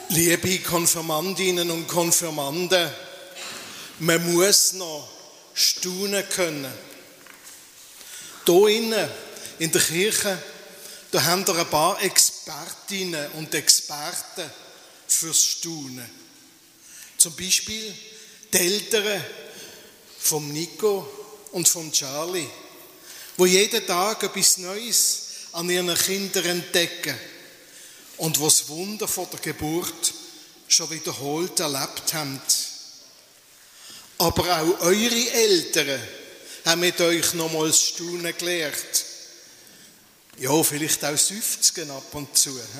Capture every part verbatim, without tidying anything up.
Liebe Konfirmandinnen und Konfirmanden, man muss noch staunen können. Hier innen in der Kirche, da haben wir ein paar Expertinnen und Experten fürs Staunen. Zum Beispiel die Eltern vom Nico und vom Charlie, die jeden Tag etwas Neues an ihren Kindern entdecken und was das Wunder vor der Geburt schon wiederholt erlebt haben. Aber auch eure Eltern haben mit euch nochmals staunen gelernt. Ja, vielleicht auch Seufzen ab und zu. He?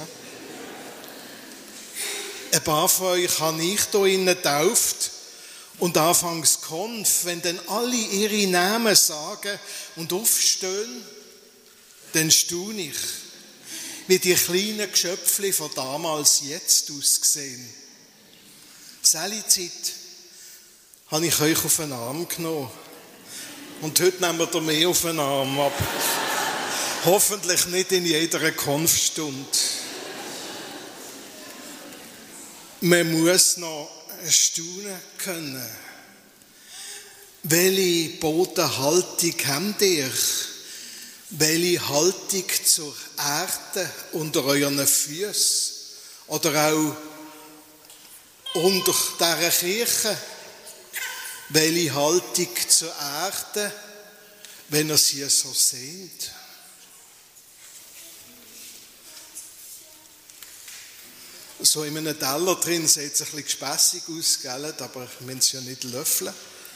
Ein paar von euch habe ich hier innen getauft und anfangs Konf, wenn dann alle ihre Namen sagen und aufstehen, dann staune ich, wie die kleinen Geschöpfchen von damals jetzt aussehen. Diese Zeit habe ich euch auf den Arm genommen. Und heute nehmen wir mehr auf den Arm ab. Hoffentlich nicht in jeder Konfstunde. Man muss noch staunen können. Welche Bodenhaltung habt ihr? Welche Haltung zur Erde unter euren Füßen oder auch unter dieser Kirche? Welche Haltung zur Erde, wenn ihr sie so seht? So in einem Teller drin sieht es ein bisschen gespässig aus, gell? Aber ich muss es ja nicht löffeln.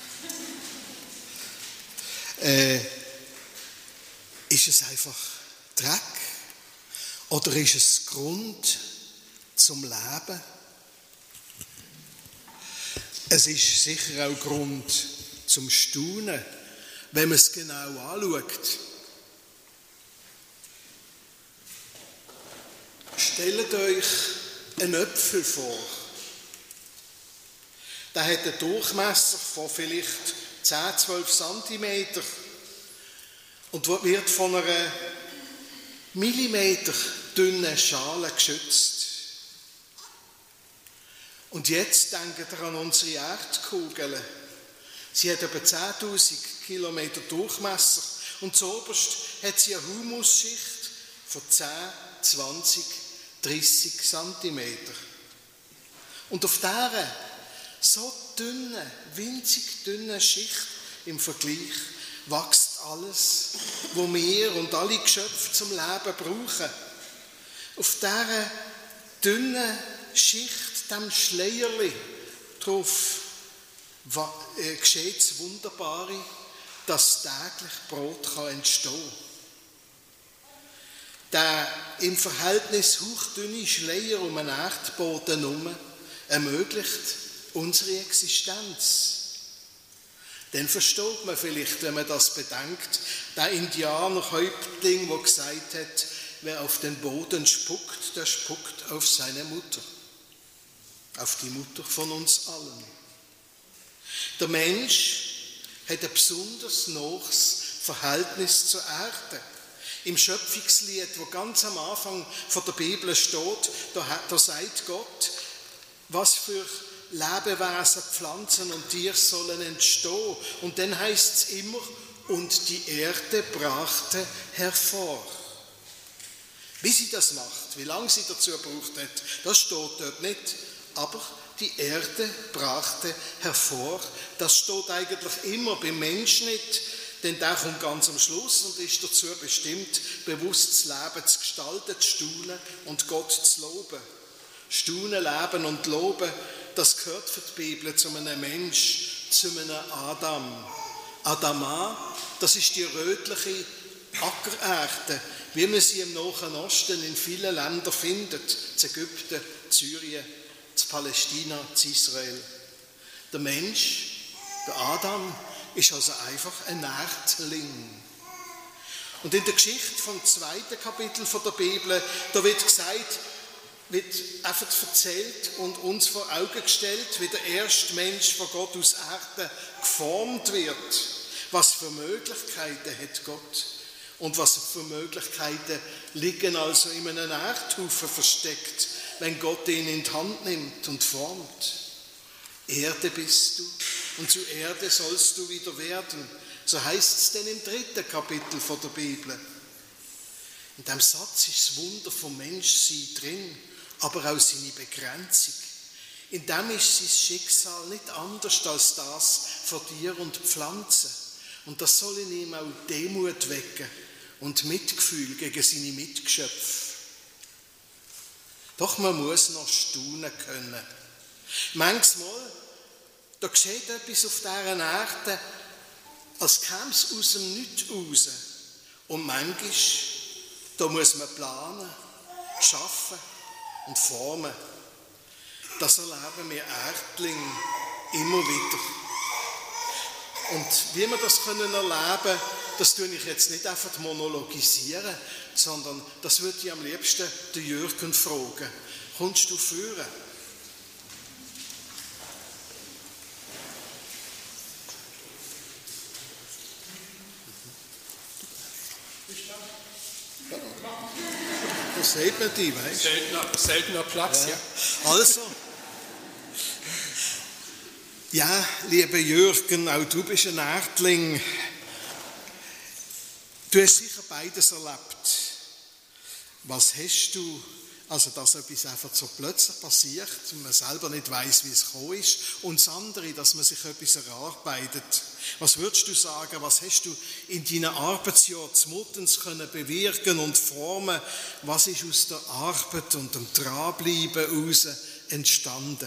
Äh, Ist es einfach Dreck oder ist es Grund zum Leben? Es ist sicher auch Grund zum Staunen, wenn man es genau anschaut. Stellt euch einen Apfel vor. Der hat einen Durchmesser von vielleicht zehn, zwölf Zentimeter. Und wird von einer Millimeter dünnen Schale geschützt. Und jetzt denkt ihr an unsere Erdkugel. Sie hat etwa zehntausend Kilometer Durchmesser und zuoberst hat sie eine Humusschicht von zehn, zwanzig, dreissig Zentimeter. Und auf dieser so dünnen, winzig dünnen Schicht im Vergleich wächst alles, was wir und alle Geschöpfe zum Leben brauchen. Auf dieser dünnen Schicht, diesem Schleierli drauf, äh, geschieht das Wunderbare, dass täglich Brot kann entstehen kann. Der im Verhältnis hauchdünne Schleier um den Erdboden herum ermöglicht unsere Existenz. Dann versteht man vielleicht, wenn man das bedenkt, der Indianerhäuptling, der gesagt hat, wer auf den Boden spuckt, der spuckt auf seine Mutter. Auf die Mutter von uns allen. Der Mensch hat ein besonders nahes Verhältnis zur Erde. Im Schöpfungslied, wo ganz am Anfang von der Bibel steht, da, da sagt Gott, was für Lebewesen, Pflanzen und Tiere sollen entstehen. Und dann heißt es immer, und die Erde brachte hervor. Wie sie das macht, wie lange sie dazu gebraucht hat, das steht dort nicht. Aber die Erde brachte hervor. Das steht eigentlich immer beim Menschen nicht, denn der kommt ganz am Schluss und ist dazu bestimmt, bewusst das Leben zu gestalten, zu staunen und Gott zu loben. Staunen, leben und loben, das gehört für die Bibel zu einem Mensch, zu einem Adam. Adama, das ist die rötliche Ackererde, wie man sie im Nahen Osten in vielen Ländern findet, in Ägypten, Syrien, in Palästina, in Israel. Der Mensch, der Adam, ist also einfach ein Erdling. Und in der Geschichte vom zweiten Kapitel der Bibel, da wird gesagt, wird einfach erzählt und uns vor Augen gestellt, wie der erste Mensch von Gott aus Erde geformt wird. Was für Möglichkeiten hat Gott und was für Möglichkeiten liegen also in einem Erdhaufen versteckt, wenn Gott ihn in die Hand nimmt und formt. Erde bist du und zu Erde sollst du wieder werden. So heißt es denn im dritten Kapitel von der Bibel. In diesem Satz ist das Wunder vom Menschsein drin, aber auch seine Begrenzung. In dem ist sein Schicksal nicht anders als das von Tier und Pflanzen. Und das soll in ihm auch Demut wecken und Mitgefühl gegen seine Mitgeschöpfe. Doch man muss noch staunen können. Manchmal, da geschieht etwas auf dieser Erde, als käme es aus dem Nichts raus. Und manchmal, da muss man planen, schaffen und formen. Das erleben wir Erdlinge immer wieder. Und wie wir das können erleben, das tue ich jetzt nicht einfach monologisieren, sondern das würde ich am liebsten den Jürgen fragen. Kommst du führen? Das sieht man die, weißt du? Seltener, seltener Platz, ja. ja. Also, ja, lieber Jürgen, auch du bist ein Erdling. Du hast sicher beides erlebt. Was hast du, also dass etwas einfach so plötzlich passiert und man selber nicht weiß, wie es gekommen ist, und das andere, dass man sich etwas erarbeitet. Was würdest du sagen, was hast du in deinen Arbeitsjahren zu Muttens können bewirken und formen? Was ist aus der Arbeit und dem Dranbleiben heraus entstanden?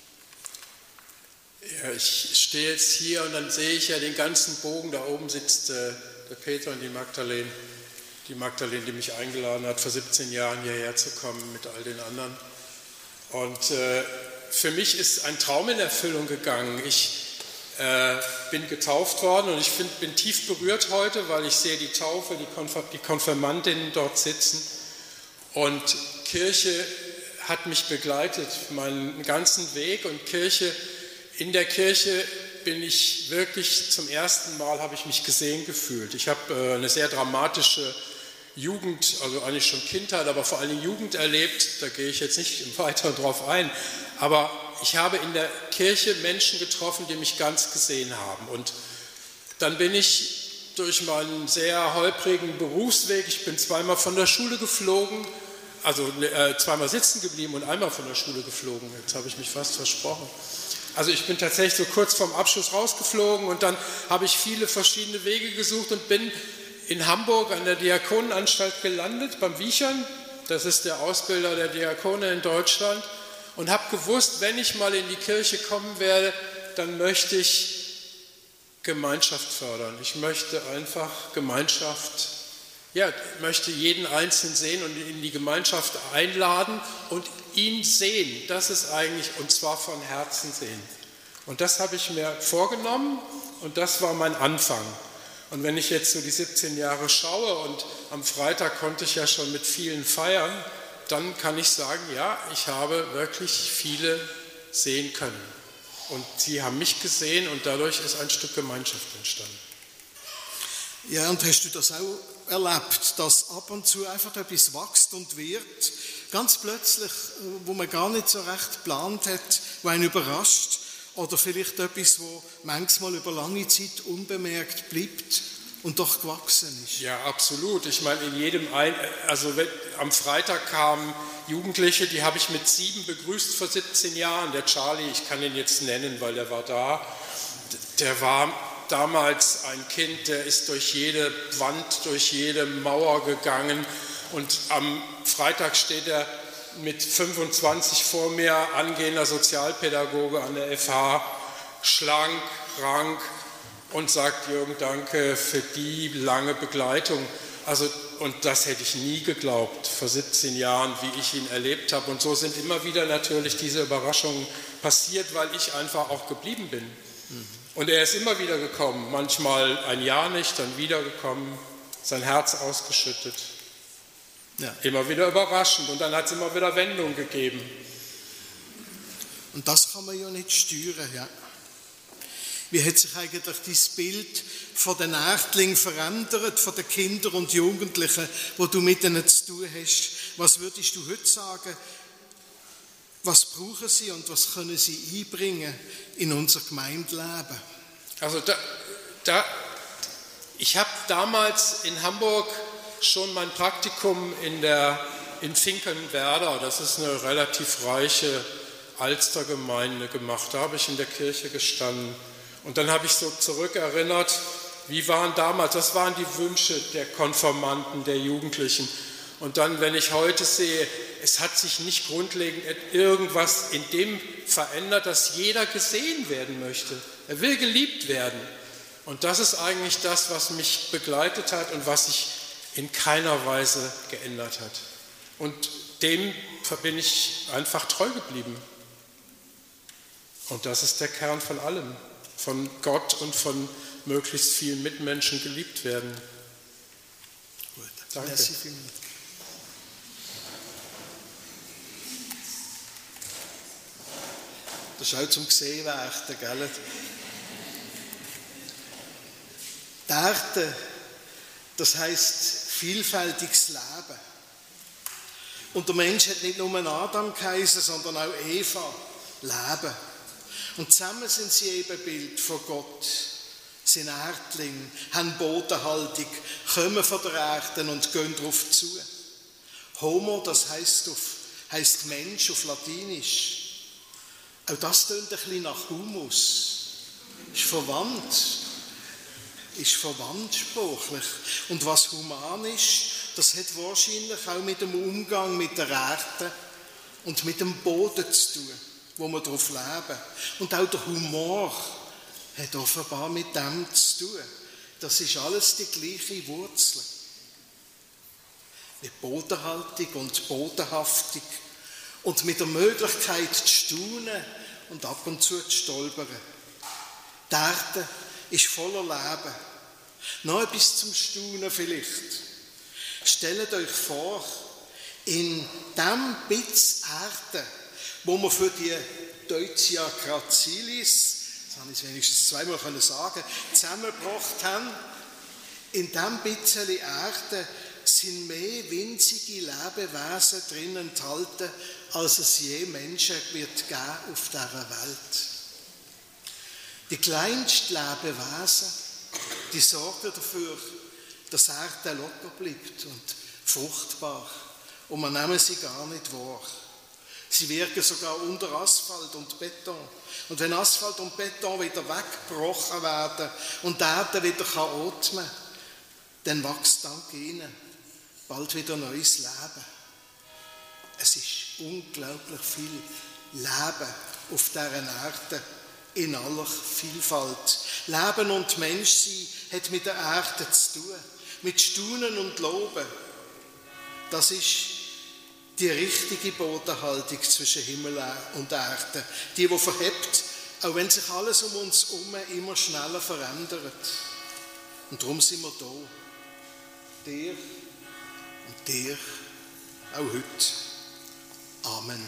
Ja, ich stehe jetzt hier und dann sehe ich ja den ganzen Bogen. Da oben sitzt äh, der Peter und die Magdalene. Die Magdalene, die mich eingeladen hat, vor siebzehn Jahren hierher zu kommen mit all den anderen. Und äh, für mich ist ein Traum in Erfüllung gegangen. Ich äh, bin getauft worden und ich find, bin tief berührt heute, weil ich sehe die Taufe, die, Konfir- die Konfirmandinnen dort sitzen. Und Kirche hat mich begleitet, meinen ganzen Weg. Und Kirche, in der Kirche bin ich wirklich zum ersten Mal, habe ich mich gesehen gefühlt. Ich habe äh, eine sehr dramatische Jugend, also eigentlich schon Kindheit, aber vor allem Jugend erlebt. Da gehe ich jetzt nicht weiter drauf ein. Aber ich habe in der Kirche Menschen getroffen, die mich ganz gesehen haben. Und dann bin ich durch meinen sehr holprigen Berufsweg, ich bin zweimal von der Schule geflogen, also äh, zweimal sitzen geblieben und einmal von der Schule geflogen. Jetzt habe ich mich fast versprochen. Also ich bin tatsächlich so kurz vorm Abschluss rausgeflogen und dann habe ich viele verschiedene Wege gesucht und bin in Hamburg an der Diakonenanstalt gelandet, beim Wiechern. Das ist der Ausbilder der Diakone in Deutschland. Und habe gewusst, wenn ich mal in die Kirche kommen werde, dann möchte ich Gemeinschaft fördern. Ich möchte einfach Gemeinschaft, ja, möchte jeden Einzelnen sehen und in die Gemeinschaft einladen und ihn sehen. Das ist eigentlich, und zwar von Herzen sehen. Und das habe ich mir vorgenommen und das war mein Anfang. Und wenn ich jetzt so die siebzehn Jahre schaue und am Freitag konnte ich ja schon mit vielen feiern, dann kann ich sagen, ja, ich habe wirklich viele sehen können. Und sie haben mich gesehen und dadurch ist ein Stück Gemeinschaft entstanden. Ja, und hast du das auch erlebt, dass ab und zu einfach etwas wächst und wird, ganz plötzlich, wo man gar nicht so recht geplant hat, wo einen überrascht, oder vielleicht etwas, wo manchmal über lange Zeit unbemerkt bleibt und doch gewachsen ist? Ja, absolut. Ich meine, in jedem, ein, also am Freitag kamen Jugendliche, die habe ich mit sieben begrüßt vor siebzehn Jahren. Der Charlie, ich kann ihn jetzt nennen, weil er war da, der war damals ein Kind, der ist durch jede Wand, durch jede Mauer gegangen und am Freitag steht er mit fünfundzwanzig vor mir, angehender Sozialpädagoge an der F H, schlank, rank und sagt, Jürgen, danke für die lange Begleitung. Also, und das hätte ich nie geglaubt vor siebzehn Jahren, wie ich ihn erlebt habe. Und so sind immer wieder natürlich diese Überraschungen passiert, weil ich einfach auch geblieben bin. Mhm. Und er ist immer wieder gekommen, manchmal ein Jahr nicht, dann wiedergekommen, sein Herz ausgeschüttet. Ja. Immer wieder überraschend und dann hat es immer wieder Wendungen gegeben. Und das kann man ja nicht steuern. Ja. Wie hat sich eigentlich dein Bild von den Erdlingen verändert, von den Kindern und Jugendlichen, wo du mit ihnen zu tun hast? Was würdest du heute sagen, Was brauchen sie und was können sie einbringen in unser Gemeindeleben? Also da, da, ich habe damals in Hamburg schon mein Praktikum in, der, in Finkenwerder, das ist eine relativ reiche Alstergemeinde, gemacht. Da habe ich in der Kirche gestanden. Und dann habe ich so zurückerinnert, wie waren damals, das waren die Wünsche der Konformanten, der Jugendlichen. Und dann, wenn ich heute sehe, es hat sich nicht grundlegend irgendwas in dem verändert, dass jeder gesehen werden möchte. Er will geliebt werden. Und das ist eigentlich das, was mich begleitet hat und was sich in keiner Weise geändert hat. Und dem bin ich einfach treu geblieben. Und das ist der Kern von allem, von Gott und von möglichst vielen Mitmenschen geliebt werden. Gut, danke. Merci vielmals. Das ist auch zum Gesehen werden, gell? Die Erde, das heisst vielfältiges Leben. Und der Mensch hat nicht nur Adam geheißen, sondern auch Eva, Leben. Und zusammen sind sie eben Bild von Gott, sind Erdlinge, haben Bodenhaltung, kommen von der Erde und gehen darauf zu. Homo, das heisst, auf, heisst Mensch auf Latinisch. Auch das tönt ein bisschen nach Humus. Ist verwandt. Ist verwandt sprachlich. Und was human ist, das hat wahrscheinlich auch mit dem Umgang mit der Erde und mit dem Boden zu tun, wo wir darauf leben. Und auch der Humor hat offenbar mit dem zu tun. Das ist alles die gleiche Wurzel. Mit Bodenhaltung und Bodenhaftung und mit der Möglichkeit zu staunen und ab und zu zu stolpern. Die Erde ist voller Leben. Noch etwas zum Staunen vielleicht. Stellt euch vor, in dem Bitz Erde, wo wir für die Deutzia Gracilis, das habe ich wenigstens zweimal sagen, zusammengebracht haben, in dem bisschen Erde sind mehr winzige Lebewesen drin enthalten, als es je Menschen wird geben auf dieser Welt. Die kleinsten Lebewesen, die sorgen dafür, dass die Erde locker bleibt und fruchtbar. Und man nimmt sie gar nicht wahr. Sie wirken sogar unter Asphalt und Beton. Und wenn Asphalt und Beton wieder weggebrochen werden und die Erde wieder atmen kann, dann wächst dank ihnen bald wieder neues Leben. Es ist unglaublich viel Leben auf dieser Erde in aller Vielfalt. Leben und Menschsein hat mit der Erde zu tun, mit Staunen und Loben. Das ist die richtige Bodenhaltung zwischen Himmel und Erde, die, die verhebt, auch wenn sich alles um uns herum immer schneller verändert. Und darum sind wir da. Der und der, auch heute. Amen.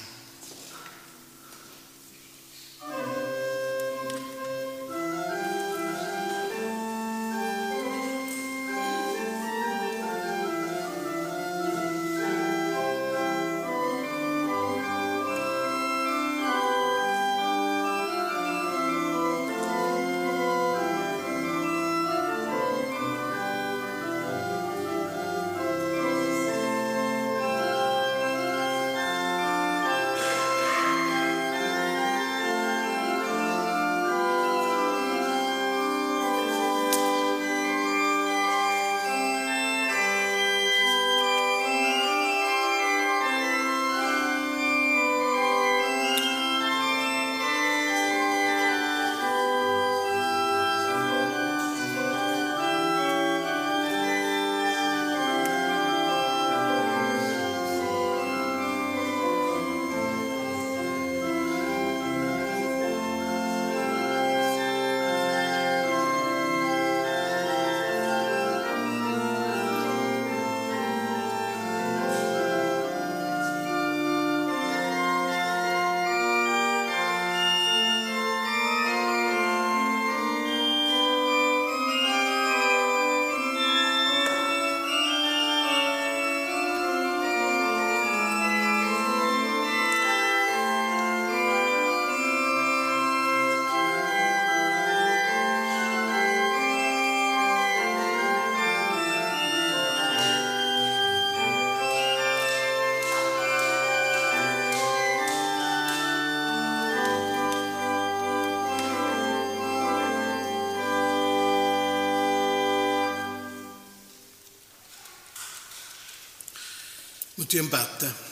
Wir beten.